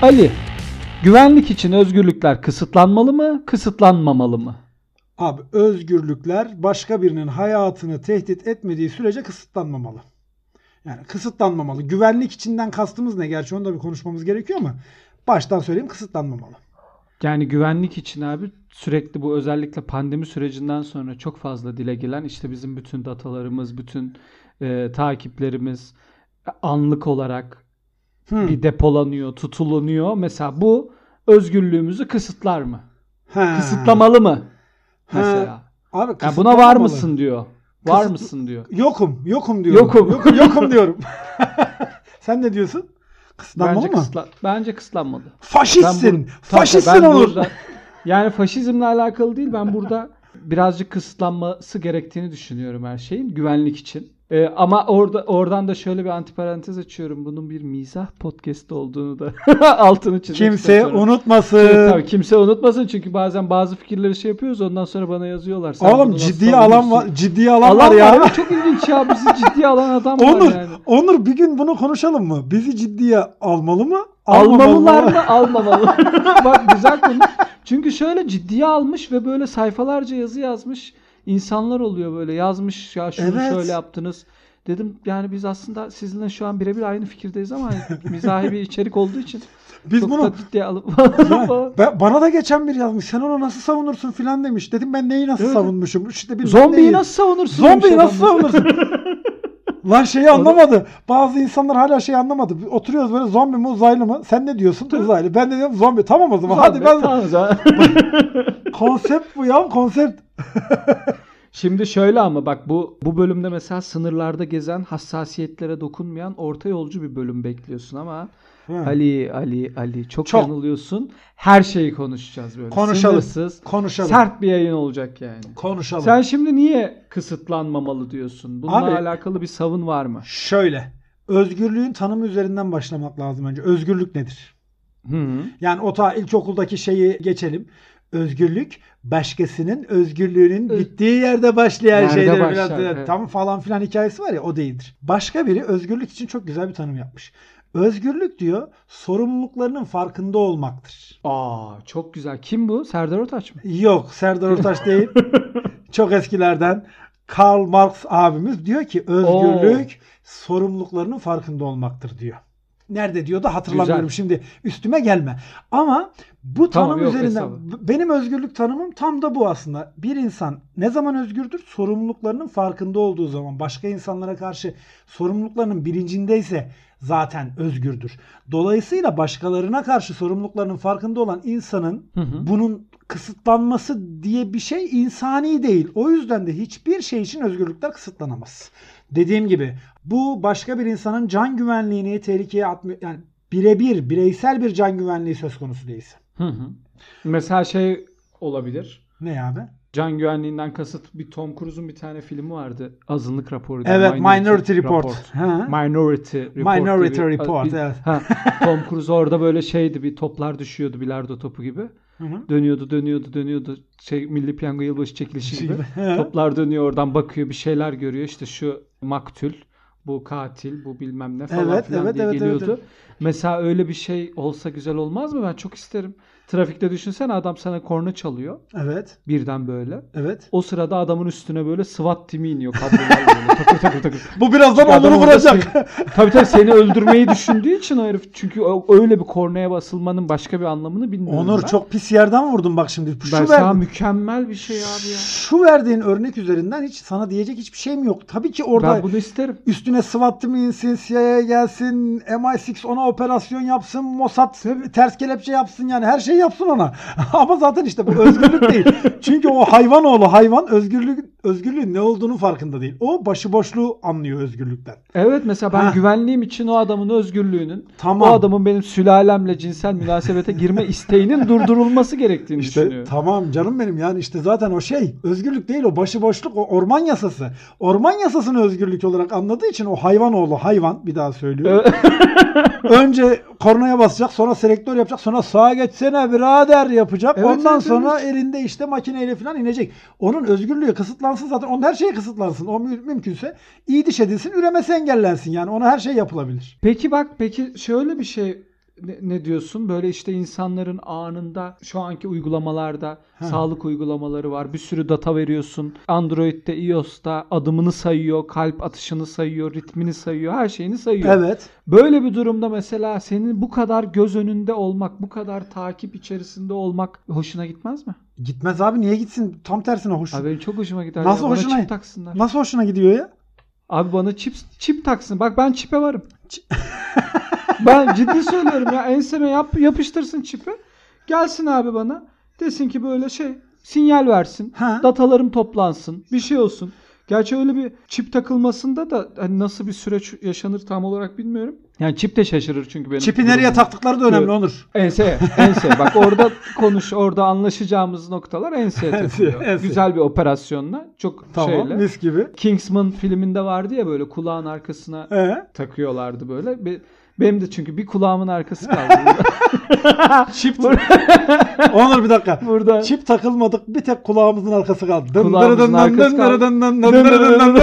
Ali, güvenlik için özgürlükler kısıtlanmalı mı, kısıtlanmamalı mı? Abi özgürlükler başka birinin hayatını tehdit etmediği sürece kısıtlanmamalı. Yani kısıtlanmamalı. Güvenlik içinden kastımız ne? Gerçi onu da bir konuşmamız gerekiyor ama baştan söyleyeyim, kısıtlanmamalı. Yani güvenlik için abi sürekli bu özellikle pandemi sürecinden sonra çok fazla dile gelen işte bizim bütün datalarımız, bütün takiplerimiz anlık olarak bir depolanıyor, tutulunuyor. Mesela bu özgürlüğümüzü kısıtlar mı? Kısıtlamalı mı? Mesela. Abi yani buna var mısın diyor. Var mısın diyor. Yokum diyorum. Yokum diyorum. Sen ne diyorsun? Kısıtlanmalı mı? Bence kısıtlanmalı. Faşistsin olur. Yani faşizmle alakalı değil. Ben burada birazcık kısıtlanması gerektiğini düşünüyorum her şeyin. Güvenlik için. Ama oradan da şöyle bir antiparantez açıyorum. Bunun bir mizah podcast olduğunu da altını çizmek Kimse unutmasın. Evet, tabii kimse unutmasın çünkü bazen bazı fikirleri şey yapıyoruz. Ondan sonra bana yazıyorlar. Sen oğlum ciddiye alan var ya. Evet, çok ilginç ya. Bizi ciddiye alan adam var yani. Onur bir gün bunu konuşalım mı? Bizi ciddiye almalı mı? Almamalılar mı? Almamalı. Bak güzel konu. Çünkü şöyle ciddiye almış ve böyle sayfalarca yazı yazmış insanlar oluyor böyle. Yazmış ya şunu şöyle yaptınız. Dedim yani biz aslında sizinle şu an birebir aynı fikirdeyiz ama mizahi bir içerik olduğu için biz çok bunu da ciddiye alıp bana da geçen bir yazmış. Sen onu nasıl savunursun filan demiş. Dedim ben neyi nasıl savunmuşum? İşte zombiyi nasıl savunursun? Zombiyi nasıl savunursun? Lan şeyi anlamadı. Bazı insanlar hala şeyi anlamadı. Oturuyoruz böyle, zombi mi uzaylı mı? Sen ne diyorsun? Uzaylı. Ben de diyorum zombi. Tamam o zaman. Hadi ben. Tamam o zaman. Konsept bu ya, konsept. Şimdi şöyle ama bak bu bölümde mesela sınırlarda gezen, hassasiyetlere dokunmayan orta yolcu bir bölüm bekliyorsun ama Ali çok yanılıyorsun. Her şeyi konuşacağız böyle. Sınırsız, sert bir yayın olacak yani. Konuşalım. Sen şimdi niye kısıtlanmamalı diyorsun? Bununla alakalı bir savun var mı? Şöyle. Özgürlüğün tanımı üzerinden başlamak lazım önce. Özgürlük nedir? Yani ilkokuldaki şeyi geçelim. Özgürlük başkasının özgürlüğünün bittiği yerde başlayan şeyler. Evet. Tam falan filan hikayesi var ya, o değildir. Başka biri özgürlük için çok güzel bir tanım yapmış. Özgürlük diyor sorumluluklarının farkında olmaktır. Çok güzel. Kim bu? Serdar Ortaç mı? Yok, Serdar Ortaç değil. Çok eskilerden Karl Marx abimiz diyor ki özgürlük sorumluluklarının farkında olmaktır diyor. Nerede diyor da hatırlamıyorum şimdi, üstüme gelme. Ama bu tanım üzerinden benim özgürlük tanımım tam da bu aslında. Bir insan ne zaman özgürdür? Sorumluluklarının farkında olduğu zaman, başka insanlara karşı sorumluluklarının bilincindeyse zaten özgürdür. Dolayısıyla başkalarına karşı sorumluluklarının farkında olan insanın bunun kısıtlanması diye bir şey insani değil. O yüzden de hiçbir şey için özgürlükler kısıtlanamaz. Dediğim gibi bu başka bir insanın can güvenliğini tehlikeye atmıyor. Yani bireysel bir can güvenliği söz konusu değilse. Mesela şey olabilir. Ne abi? Can güvenliğinden kasıt bir Tom Cruise'un bir tane filmi vardı. Azınlık raporu. Evet, Minority Report. Minority Report. Evet. Tom Cruise orada böyle şeydi, bir toplar düşüyordu, bilardo topu gibi. Dönüyordu. Milli Piyango yılbaşı çekilişi gibi. Toplar dönüyor, oradan bakıyor, bir şeyler görüyor. İşte şu maktul, bu katil, bu bilmem ne falan filan diye geliyordu. Evet. Mesela öyle bir şey olsa güzel olmaz mı? Ben çok isterim. Trafikte düşünsene, adam sana korna çalıyor. Evet. Birden böyle. Evet. O sırada adamın üstüne böyle SWAT timi iniyor. Kablolar böyle. Takır. Bu birazdan Onur'u vuracak. Tabii seni öldürmeyi düşündüğü için o herif. Çünkü öyle bir kornaya basılmanın başka bir anlamını bilmiyorum. Onur çok pis yerden vurdum bak şimdi. Mükemmel bir şey abi ya. Şu verdiğin örnek üzerinden hiç sana diyecek hiçbir şeyim yok. Tabii ki orada ben bunu isterim. Üstüne SWAT timi insin, CIA gelsin, MI6 ona operasyon yapsın, Mossad ters kelepçe yapsın, yani her şey yapsın ona. Ama zaten işte bu özgürlük değil. Çünkü o hayvan özgürlüğün ne olduğunu farkında değil. O başıboşluğu anlıyor özgürlükten. Evet, mesela ben güvenliğim için o adamın özgürlüğünün, o adamın benim sülalemle cinsel münasebete girme isteğinin durdurulması gerektiğini düşünüyorum. Tamam canım benim, yani işte zaten o özgürlük değil, o başıboşluk, o orman yasası. Orman yasasını özgürlük olarak anladığı için o hayvan, bir daha söylüyorum. Önce kornaya basacak, sonra selektör yapacak, sonra sağa geçsene birader yapacak. Ondan sonra elinde işte makineyle falan inecek. Onun özgürlüğü kısıtlansın zaten. Onun her şeyi kısıtlansın. O mümkünse iyi diş edilsin, üremesi engellensin. Yani ona her şey yapılabilir. Peki şöyle bir şey ne diyorsun? Böyle işte insanların anında şu anki uygulamalarda sağlık uygulamaları var. Bir sürü data veriyorsun. Android'de, iOS'ta adımını sayıyor, kalp atışını sayıyor, ritmini sayıyor, her şeyini sayıyor. Evet. Böyle bir durumda mesela senin bu kadar göz önünde olmak, bu kadar takip içerisinde olmak hoşuna gitmez mi? Gitmez abi, niye gitsin? Tam tersine hoş. Abi benim çok hoşuma gider. Nasıl ya. hoşuna? Bana çip taksınlar. Nasıl hoşuna gidiyor ya? Abi bana çip taksın. Bak ben çipe varım. Ben ciddi söylüyorum ya. Enseme yapıştırsın çipi. Gelsin abi bana. Desin ki böyle sinyal versin. Datalarım toplansın. Bir şey olsun. Gerçi öyle bir çip takılmasında da hani nasıl bir süreç yaşanır tam olarak bilmiyorum. Yani çip de şaşırır çünkü benim. Çipi nereye taktıkları da önemli Onur. Ense. Bak orada anlaşacağımız noktalar enseye takılıyor. Güzel bir operasyonla. Çok tamam, mis gibi. Kingsman filminde vardı ya, böyle kulağın arkasına takıyorlardı böyle. Benim de çünkü bir kulağımın arkası kaldı. Çip. Onur bir dakika. Burada. Çip takılmadık. Bir tek kulağımızın arkası kaldı. Kulağımızın arkası kaldı.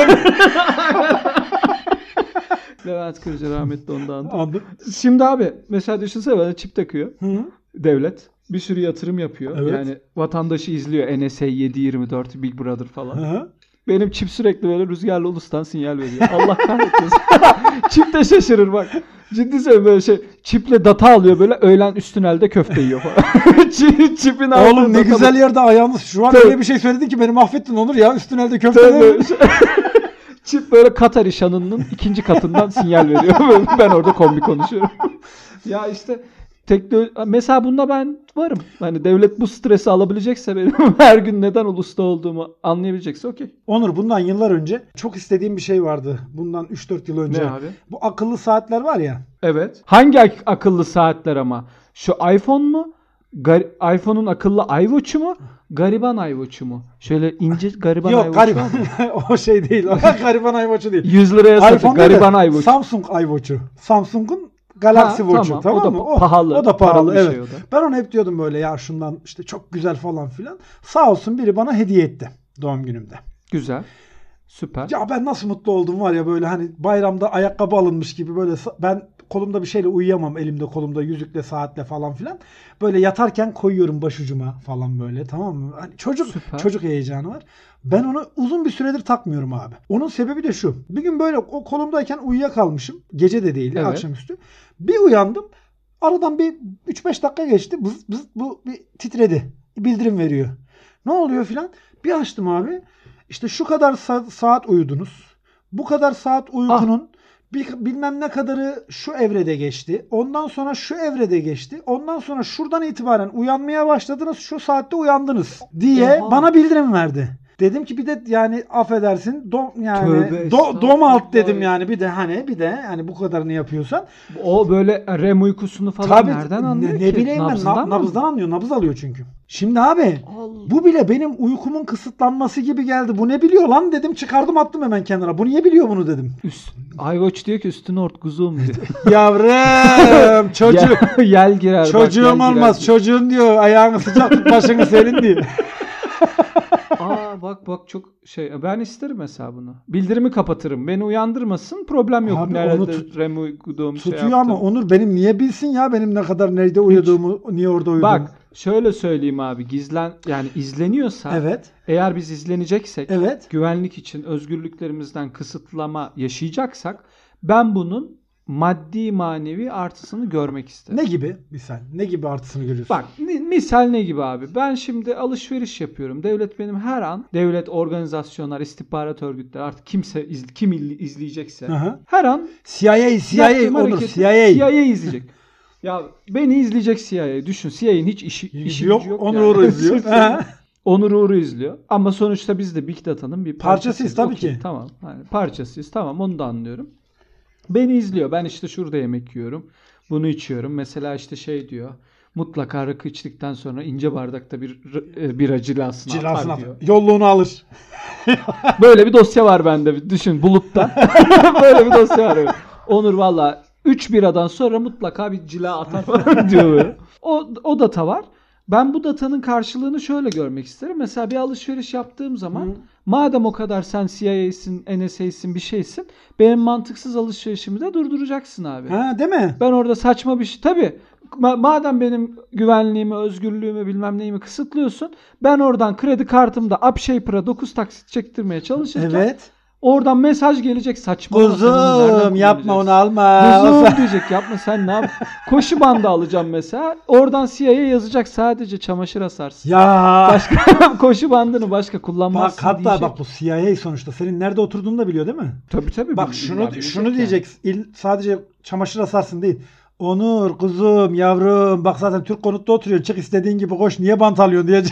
Levent Kırcı rahmetli ondan. Anladım. Şimdi abi mesela düşünsene, bana çip takıyor. Devlet. Bir sürü yatırım yapıyor. Evet. Yani vatandaşı izliyor. NSA 7/24, Big Brother falan. Benim çip sürekli böyle rüzgarlı ulustan sinyal veriyor. Allah kahretmesin. Çip de şaşırır bak. Ciddi söylüyorum, böyle çiple data alıyor, böyle öğlen üst tünelde köfte yiyor falan. Çipin oğlum ne güzel yerde ayağımız. Şu an öyle bir şey söyledin ki beni mahvettin Onur ya. Üst tünelde köfte yiyor. Çip böyle Katar İşhanı'nın 2. katından sinyal veriyor. Ben orada kombi konuşuyorum. Ya işte mesela bunda ben varım. Hani devlet bu stresi alabilecekse, benim her gün neden ulusta olduğumu anlayabilecekse okey. Onur, bundan yıllar önce çok istediğim bir şey vardı. Bundan 3-4 yıl önce. Ne abi? Bu akıllı saatler var ya. Evet. Hangi akıllı saatler ama? Şu iPhone mu? iPhone'un akıllı iWatch'u mu? Gariban iWatch'u mu? Şöyle ince gariban iWatch'u var mı? Yok o şey değil. Gariban iWatch'u değil. 100 liraya satın gariban iWatch'u. Samsung iWatch'u. Samsung'un Galaxy Watch'u, tamam mı? Pahalı. O da pahalı, evet. Şey o da. Ben onu hep diyordum böyle, ya şundan işte çok güzel falan filan. Sağ olsun biri bana hediye etti doğum günümde. Güzel. Süper. Ya ben nasıl mutlu oldum var ya, böyle hani bayramda ayakkabı alınmış gibi, böyle ben kolumda bir şeyle uyuyamam, elimde kolumda yüzükle saatle falan filan. Böyle yatarken koyuyorum başucuma falan böyle, tamam mı? Hani çocuk heyecanı var. Ben onu uzun bir süredir takmıyorum abi. Onun sebebi de şu. Bir gün böyle o kolumdayken uyuyakalmışım. Gece de değil, evet. Akşamüstü. Bir uyandım. Aradan bir 3-5 dakika geçti. Bız bız bu bir titredi. Bildirim veriyor. Ne oluyor filan? Bir açtım abi. İşte şu kadar saat uyudunuz. Bu kadar saat uykunun bilmem ne kadarı şu evrede geçti. Ondan sonra şu evrede geçti. Ondan sonra şuradan itibaren uyanmaya başladınız. Şu saatte uyandınız diye bana bildirim verdi. Dedim ki bir de yani affedersin dom alt dedim yani, bir de hani bu kadarını yapıyorsan. O böyle REM uykusunu falan tabii, nereden anlıyor ki? Ne bileyim ben, nabızdan anlıyor. Nabız alıyor çünkü. Şimdi abi bu bile benim uykumun kısıtlanması gibi geldi. Bu ne biliyor lan dedim, çıkardım attım hemen kenara. Bu niye biliyor bunu dedim. iWatch diyor ki üstünü ört kuzum diyor. Yavrum çocuk. Yel girer. Çocuğum olmaz. Çocuğun diyor ayağını sıcak tut, başını serin diyor. Bak çok ben isterim mesela bunu. Bildirimi kapatırım. Beni uyandırmasın. Problem yok. Abi nerede REM uyuduğum tutuyor ama Onur benim niye bilsin ya benim ne kadar nerede uyuduğumu, niye orada uyuduğumu. Bak şöyle söyleyeyim abi. Yani izleniyorsa. Evet. Eğer biz izleneceksek. Evet. Güvenlik için özgürlüklerimizden kısıtlama yaşayacaksak, ben bunun maddi manevi artısını görmek isterim. Ne gibi? Misal. Ne gibi artısını görüyorsun? Bak misal ne gibi abi? Ben şimdi alışveriş yapıyorum. Devlet benim her an, devlet, organizasyonlar, istihbarat örgütleri, artık kim izleyecekse. Aha. Her an CIA izleyecek. Ya beni izleyecek CIA. Düşün, CIA'nin hiç işi yok. Onur Uğur'u izliyor. Onur Uğur'u izliyor. Ama sonuçta biz de Big Data'nın bir parçasıyız tabii ki. Tamam. Yani parçasıyız. Tamam, onu da anlıyorum. Beni izliyor. Ben işte şurada yemek yiyorum. Bunu içiyorum. Mesela işte diyor. Mutlaka rakı içtikten sonra ince bardakta bir bira cilasını atar diyor. Yolluğunu alır. Böyle bir dosya var bende. Düşün, bulutta. Böyle bir dosya var. Onur valla 3 biradan sonra mutlaka bir cila atar falan diyor böyle. O data var. Ben bu datanın karşılığını şöyle görmek isterim. Mesela bir alışveriş yaptığım zaman madem o kadar sen CIA'sin, NSA'sin bir şeysin, benim mantıksız alışverişimi de durduracaksın abi. Ha, değil mi? Ben orada saçma bir şey... Tabii madem benim güvenliğimi, özgürlüğümü bilmem neyimi kısıtlıyorsun, ben oradan kredi kartımda UpShaper'a 9 taksit çektirmeye çalışırken Evet. oradan mesaj gelecek, saçma. Kuzum yapma onu alma. Kuzum diyecek, yapma sen ne yap? Koşu bandı alacağım mesela. Oradan CIA'ya yazacak, sadece çamaşır asarsın. Ya. Başka koşu bandını başka kullanmazsın Bak hatta diyecek. bak, bu CIA sonuçta senin nerede oturduğunu da biliyor değil mi? Tabii. Bak şunu diyecek. Sadece çamaşır asarsın değil. Onur kuzum yavrum bak zaten Türk konutta oturuyor. Çık istediğin gibi koş. Niye bant alıyorsun diyecek.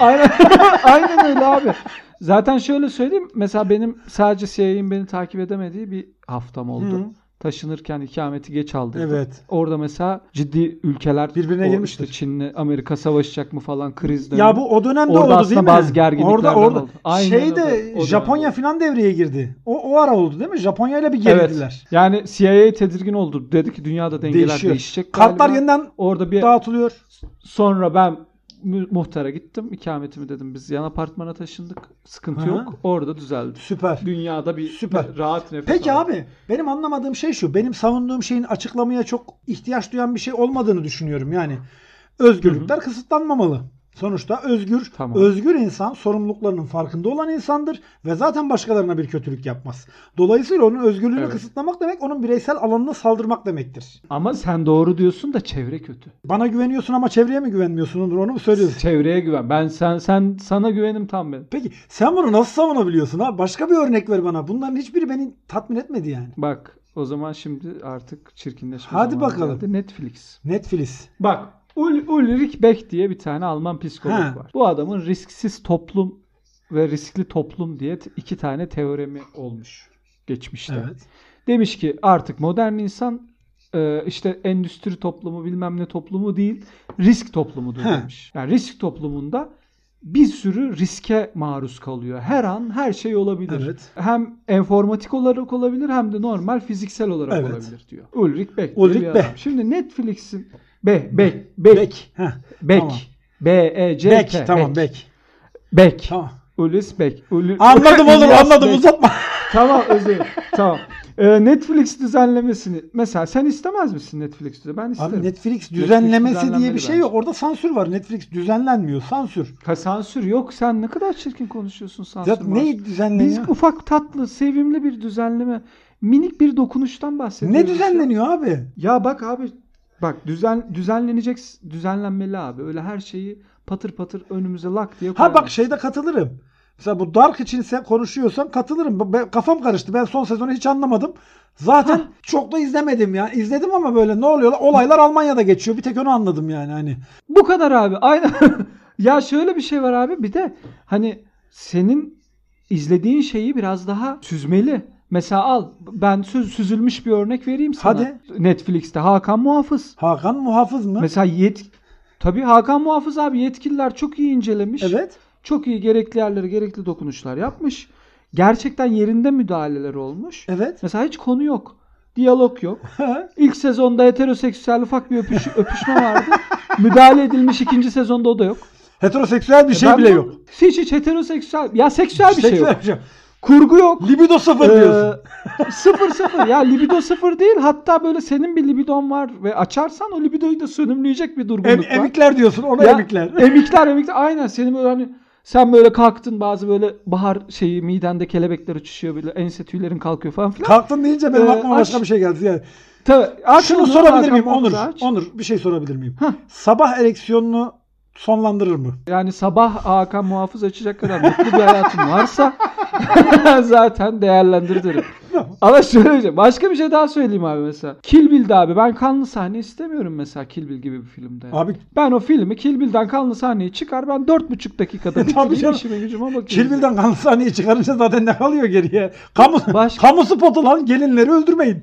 Aynen öyle abi. Zaten şöyle söyleyeyim. Mesela benim sadece CIA'nin beni takip edemediği bir haftam oldu. Hı. Taşınırken ikameti geç aldırdım. Evet. Orada mesela ciddi ülkeler birbirine girmiştir. İşte Çin'le Amerika savaşacak mı falan, kriz dönemi. Ya bu o dönemde orada oldu değil mi? bazı gerginlikler orada. oldu. Aynen Şeyde Japonya falan devreye girdi. O ara oldu değil mi? Japonya ile bir gerildiler. Evet. Yani CIA tedirgin oldu. Dedi ki dünyada dengeler değişecek galiba. Kartlar yeniden orada bir dağıtılıyor. Sonra ben muhtara gittim. İkametimi dedim. Biz yan apartmana taşındık. Sıkıntı yok. Orada düzeldi. Süper. Dünyada bir rahat nefes Peki aldım. abi benim anlamadığım şey şu. Benim savunduğum şeyin açıklamaya çok ihtiyaç duyan bir şey olmadığını düşünüyorum. Yani özgürlükler kısıtlanmamalı. Sonuçta özgür insan sorumluluklarının farkında olan insandır ve zaten başkalarına bir kötülük yapmaz. Dolayısıyla onun özgürlüğünü kısıtlamak demek onun bireysel alanına saldırmak demektir. Ama sen doğru diyorsun da çevre kötü. Bana güveniyorsun ama çevreye mi güvenmiyorsun Onur? Onu mu söylüyorsun? Çevreye güven. Ben sana güvenim tam benim. Peki sen bunu nasıl savunabiliyorsun ha? Başka bir örnek ver bana. Bunların hiçbiri beni tatmin etmedi yani. Bak o zaman şimdi artık çirkinleşme Hadi zamanı bakalım. geldi. Netflix. Bak Ulrich Beck diye bir tane Alman psikolog var. Bu adamın risksiz toplum ve riskli toplum diye 2 tane teoremi olmuş geçmişte. Evet. Demiş ki artık modern insan işte endüstri toplumu bilmem ne toplumu değil, risk toplumudur demiş. Yani risk toplumunda bir sürü riske maruz kalıyor. Her an her şey olabilir. Evet. Hem enformatik olarak olabilir hem de normal fiziksel olarak olabilir diyor. Ulrich Beck. Şimdi Netflix'in Beck. Tamam. B-E-C-K. Tamam Beck. Tamam. Ulrich Beck. Anladım Onur, anladım, uzatma. Tamam özür. Tamam. Netflix düzenlemesini mesela sen istemez misin Netflix düzenlemesini? Ben isterim. Abi Netflix düzenlemesi diye bir şey yok. Orada sansür var. Netflix düzenlenmiyor. Sansür. Sansür yok. Sen ne kadar çirkin konuşuyorsun sansür var. Neyi düzenleniyor? Biz ufak tatlı, sevimli bir düzenleme, minik bir dokunuştan bahsediyoruz. Ne düzenleniyor abi? Ya bak abi, bak düzenlenmeli abi. Öyle her şeyi patır patır önümüze lak diye koyalım. Ha bak şeyde katılırım. Mesela bu Dark için sen konuşuyorsan katılırım. Kafam karıştı. Ben son sezonu hiç anlamadım. Zaten çok da izlemedim ya. İzledim ama böyle ne oluyor? Olaylar Almanya'da geçiyor. Bir tek onu anladım yani hani. Bu kadar abi. Aynen. Ya şöyle bir şey var abi. Bir de hani senin izlediğin şeyi biraz daha süzmeli. Mesela al ben süzülmüş bir örnek vereyim sana. Hadi. Netflix'te Hakan Muhafız. Hakan Muhafız mı? Mesela tabii Hakan Muhafız abi, yetkililer çok iyi incelemiş. Evet. Çok iyi gerekli yerlere gerekli dokunuşlar yapmış. Gerçekten yerinde müdahaleler olmuş. Evet. Mesela hiç konu yok. Diyalog yok. İlk sezonda heteroseksüel ufak bir öpüşme vardı. Müdahale edilmiş, ikinci sezonda o da yok. Heteroseksüel bir şey bile yok. Hiç heteroseksüel. Ya seksüel bir şey yok. Şey. Kurgu yok. Libido sıfır diyorsun. Sıfır. Ya libido sıfır değil. Hatta böyle senin bir libidon var ve açarsan o libidoyu da sönümleyecek bir durgunluk var. Emikler diyorsun. Ona emikler. Emikler. Aynen. Senin böyle hani sen böyle kalktın, bazı böyle bahar midende kelebekler uçuşuyor, böyle ense tüylerin kalkıyor falan filan. Kalktın deyince benim aklıma başka bir şey geldi yani. Tabii. Şunu sorabilir miyim Onur? Bir şey sorabilir miyim? Sabah ereksiyonunu sonlandırır mı? Yani sabah Hakan Muhafız açacak kadar mutlu bir hayatın varsa zaten değerlendiririm. Ama şöyle başka bir şey daha söyleyeyim abi mesela. Kill Bill'de abi ben kanlı sahne istemiyorum mesela, Kill Bill gibi bir filmde. Yani. Abi ben o filmi Kill Bill'den kanlı sahneyi çıkar, ben 4,5 dakikada bitireyim, işime gücüme bakayım. Kill Bill'den kanlı sahneyi çıkarınca zaten ne kalıyor geriye? Kamu spotu lan, gelinleri öldürmeyin.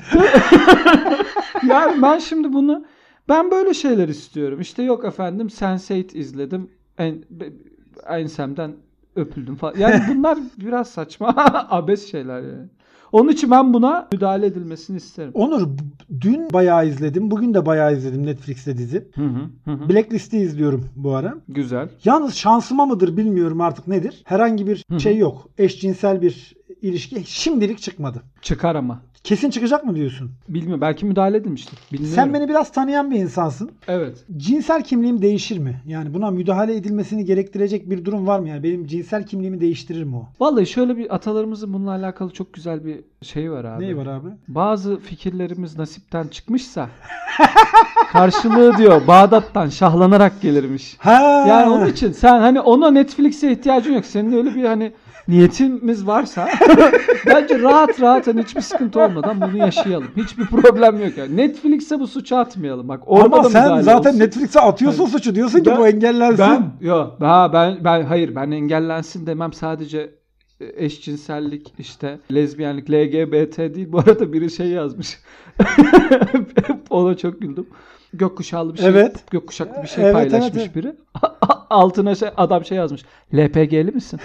Yani ben şimdi ben böyle şeyler istiyorum. İşte yok efendim Sense8 izledim. Ensemden öpüldüm falan. Yani bunlar biraz saçma, abes şeyler yani. Onun için ben buna müdahale edilmesini isterim. Onur, dün bayağı izledim. Bugün de bayağı izledim Netflix'te dizi. Blacklist'i izliyorum bu ara. Güzel. Yalnız şansıma mıdır bilmiyorum artık nedir. Herhangi bir şey yok. Eşcinsel bir ilişki şimdilik çıkmadı. Çıkar ama. Kesin çıkacak mı diyorsun? Bilmiyorum. Belki müdahale edilmiştir. Bilmiyorum. Sen beni biraz tanıyan bir insansın. Evet. Cinsel kimliğim değişir mi? Yani buna müdahale edilmesini gerektirecek bir durum var mı? Yani benim cinsel kimliğimi değiştirir mi o? Vallahi şöyle bir atalarımızın bununla alakalı çok güzel bir şey var abi. Neyi var abi? Bazı fikirlerimiz nasipten çıkmışsa karşılığı diyor Bağdat'tan şahlanarak gelirmiş. Ha. Yani onun için sen hani ona Netflix'e ihtiyacın yok. Senin öyle bir hani niyetimiz varsa bence rahat rahat hani hiçbir sıkıntı olmadan bunu yaşayalım. Hiçbir problem yok yani. Netflix'e bu suçu atmayalım. Bak orada ama da sen zaten olsun. Netflix'e atıyorsun yani, suçu diyorsun ki bu engellensin. Ben engellensin demem, sadece eşcinsellik, işte lezbiyenlik, LGBT değil. Bu arada biri şey yazmış. Ona çok güldüm. Gökkuşaklı bir şey. Evet. Gökkuşaklı bir şey paylaşmış biri. Altına adam şey yazmış. LPG'li misin?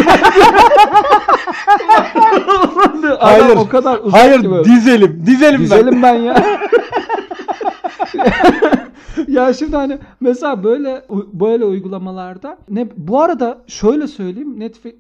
Hayır. O kadar uzak hayır gibi. Dizelim ben ya. Ya şimdi hani mesela böyle uygulamalarda bu arada şöyle söyleyeyim,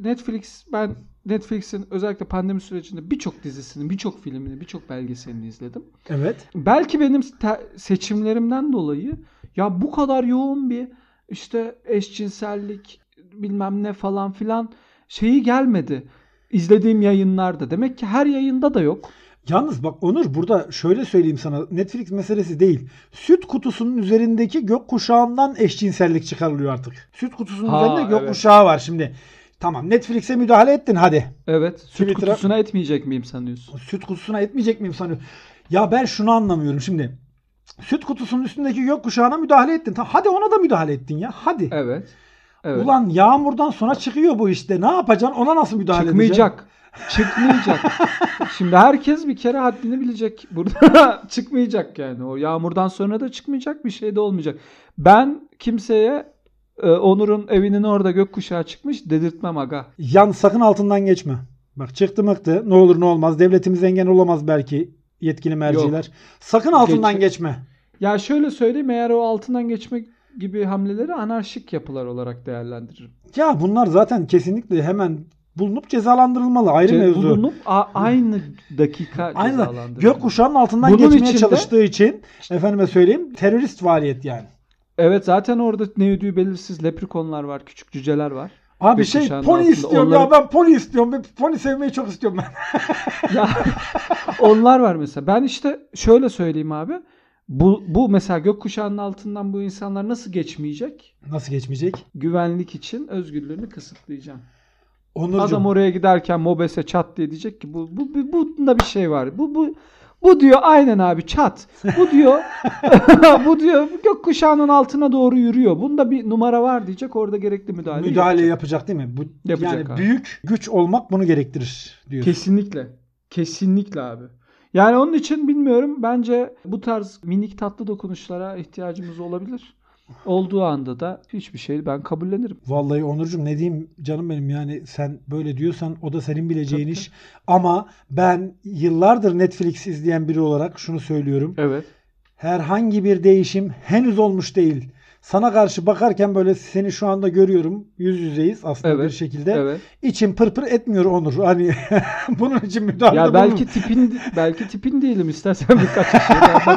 Netflix'in özellikle pandemi sürecinde birçok dizisini, birçok filmini, birçok belgeselini izledim. Evet. Belki benim seçimlerimden dolayı ya bu kadar yoğun bir işte eşcinsellik bilmem ne falan filan şeyi gelmedi izlediğim yayınlarda. Demek ki her yayında da yok. Yalnız bak Onur, burada şöyle söyleyeyim sana, Netflix meselesi değil. Süt kutusunun üzerindeki gökkuşağından eşcinsellik çıkarılıyor artık. Süt kutusunun üzerinde gökkuşağı var şimdi. Tamam, Netflix'e müdahale ettin hadi. Evet. Süt kutusuna etmeyecek miyim sanıyorsun? Süt kutusuna etmeyecek miyim sanıyorsun? Ya ben şunu anlamıyorum şimdi. Süt kutusunun üstündeki gökkuşağına müdahale ettin. Hadi ona da müdahale ettin ya. Hadi. Evet. Ulan yağmurdan sonra çıkıyor bu işte. Ne yapacaksın? Ona nasıl müdahale edeceksin? Çıkmayacak. Şimdi herkes bir kere haddini bilecek. Burada çıkmayacak yani. O yağmurdan sonra da çıkmayacak, bir şey de olmayacak. Ben kimseye Onur'un evinin orada gökkuşağı çıkmış dedirtmem aga. Sakın altından geçme. Bak çıktı mıktı. Ne olur ne olmaz. Devletimiz engel olamaz belki, yetkili merciler. Yok. Sakın altından geçme. Ya şöyle söyleyeyim, eğer o altından geçme gibi hamleleri anarşik yapılar olarak değerlendiririm. Ya bunlar zaten kesinlikle hemen bulunup cezalandırılmalı. Ayrı mevzu. Bulunup aynı dakika cezalandırılmalı. Gökkuşağının altından geçmeye çalıştığı için efendime söyleyeyim terörist faaliyet yani. Evet, zaten orada ne ödüğü belirsiz leprekonlar var, küçük cüceler var. Abi pony istiyorum ya, ben pony istiyorum. Pony sevmeyi çok istiyorum ben. Ya onlar var mesela. Ben işte şöyle söyleyeyim abi. Bu mesela gökkuşağının altından bu insanlar nasıl geçmeyecek? Nasıl geçmeyecek? Güvenlik için özgürlüğünü kısıtlayacağım. Onurcuğum. Adam oraya giderken mobese çat diye diyecek ki bunda bir şey var. Bu diyor aynen abi çat. Bu diyor bu diyor gökkuşağının altına doğru yürüyor. Bunda bir numara var diyecek. Orada gerekli müdahale yapacak değil mi? Yapacak yani abi. Büyük güç olmak bunu gerektirir diyorsun. Kesinlikle. Kesinlikle abi. Yani onun için bilmiyorum. Bence bu tarz minik tatlı dokunuşlara ihtiyacımız olabilir. Olduğu anda da hiçbir şeyi ben kabullenirim. Vallahi Onurcuğum, ne diyeyim canım benim, yani sen böyle diyorsan o da senin bileceğin iş. Ama ben yıllardır Netflix izleyen biri olarak şunu söylüyorum. Evet. Herhangi bir değişim henüz olmuş değil. Sana karşı bakarken böyle seni şu anda görüyorum. Yüz yüzeyiz aslında bir şekilde. Evet. İçim pırpır etmiyor Onur. Hani bunun için müdahale. Ya belki tipin değilim, istersen birkaç şey.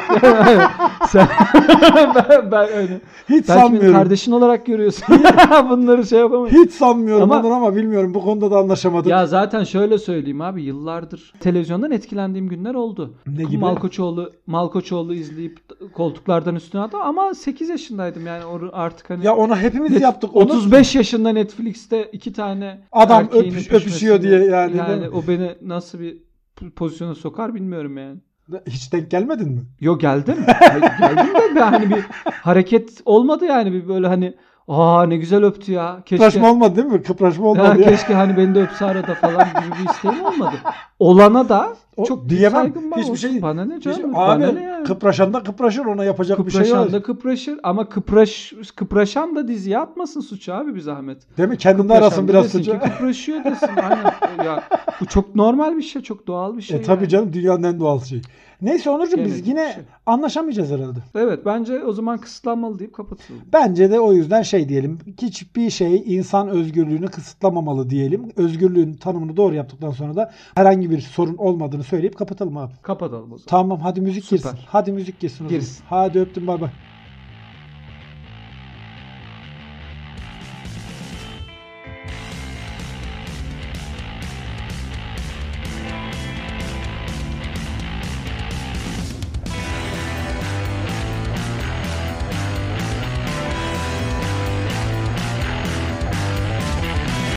Ben öyle. Hiç sanmıyorum. Belki beni kardeşin olarak görüyorsun. Bunları şey yapamayız. Hiç sanmıyorum ama bilmiyorum, bu konuda da anlaşamadık. Ya zaten şöyle söyleyeyim abi, yıllardır televizyondan etkilendiğim günler oldu. Ne gibi? Malkoçoğlu izleyip koltuklardan üstüne attım ama 8 yaşındaydım yani artık hani. Ya onu hepimiz yaptık. 35 yaşında Netflix'te 2 tane adam öpüşüyor diye yani o beni nasıl bir pozisyona sokar bilmiyorum yani. Hiç denk gelmedin mi? Yok geldim. Geldim de hani bir hareket olmadı yani, bir böyle hani ne güzel öptü ya. Kıpraşma olmadı değil mi? Kıpraşma olmadı ya. Keşke hani beni de öpse arada falan gibi bir isteğim olmadı. Olana da çok diyemem. saygım var. Hiçbir şey. Bana ne canım? Abi Bana ne yani? kıpraşan da kıpraşır, ona yapacak bir şey yok. Kıpraşan da kıpraşır ama kıpraşan da diziye atmasın suçu abi, bir zahmet. Değil mi? Kendinde arasın biraz suçu. Kıpraşıyor desin. Aynen. Ya bu çok normal bir şey, çok doğal bir şey. Tabii canım, dünyanın en doğal şeyi. Neyse Onurcuğum, biz yine anlaşamayacağız herhalde. Evet, bence o zaman kısıtlanmalı deyip kapatalım. Bence de o yüzden diyelim. Hiçbir şey insan özgürlüğünü kısıtlamamalı diyelim. Özgürlüğün tanımını doğru yaptıktan sonra da herhangi bir sorun olmadığını söyleyip kapatalım abi. Kapatalım o zaman. Tamam, hadi müzik Süper. girsin. Hadi müzik girsin. Girsin. Hadi öptüm, bay bay.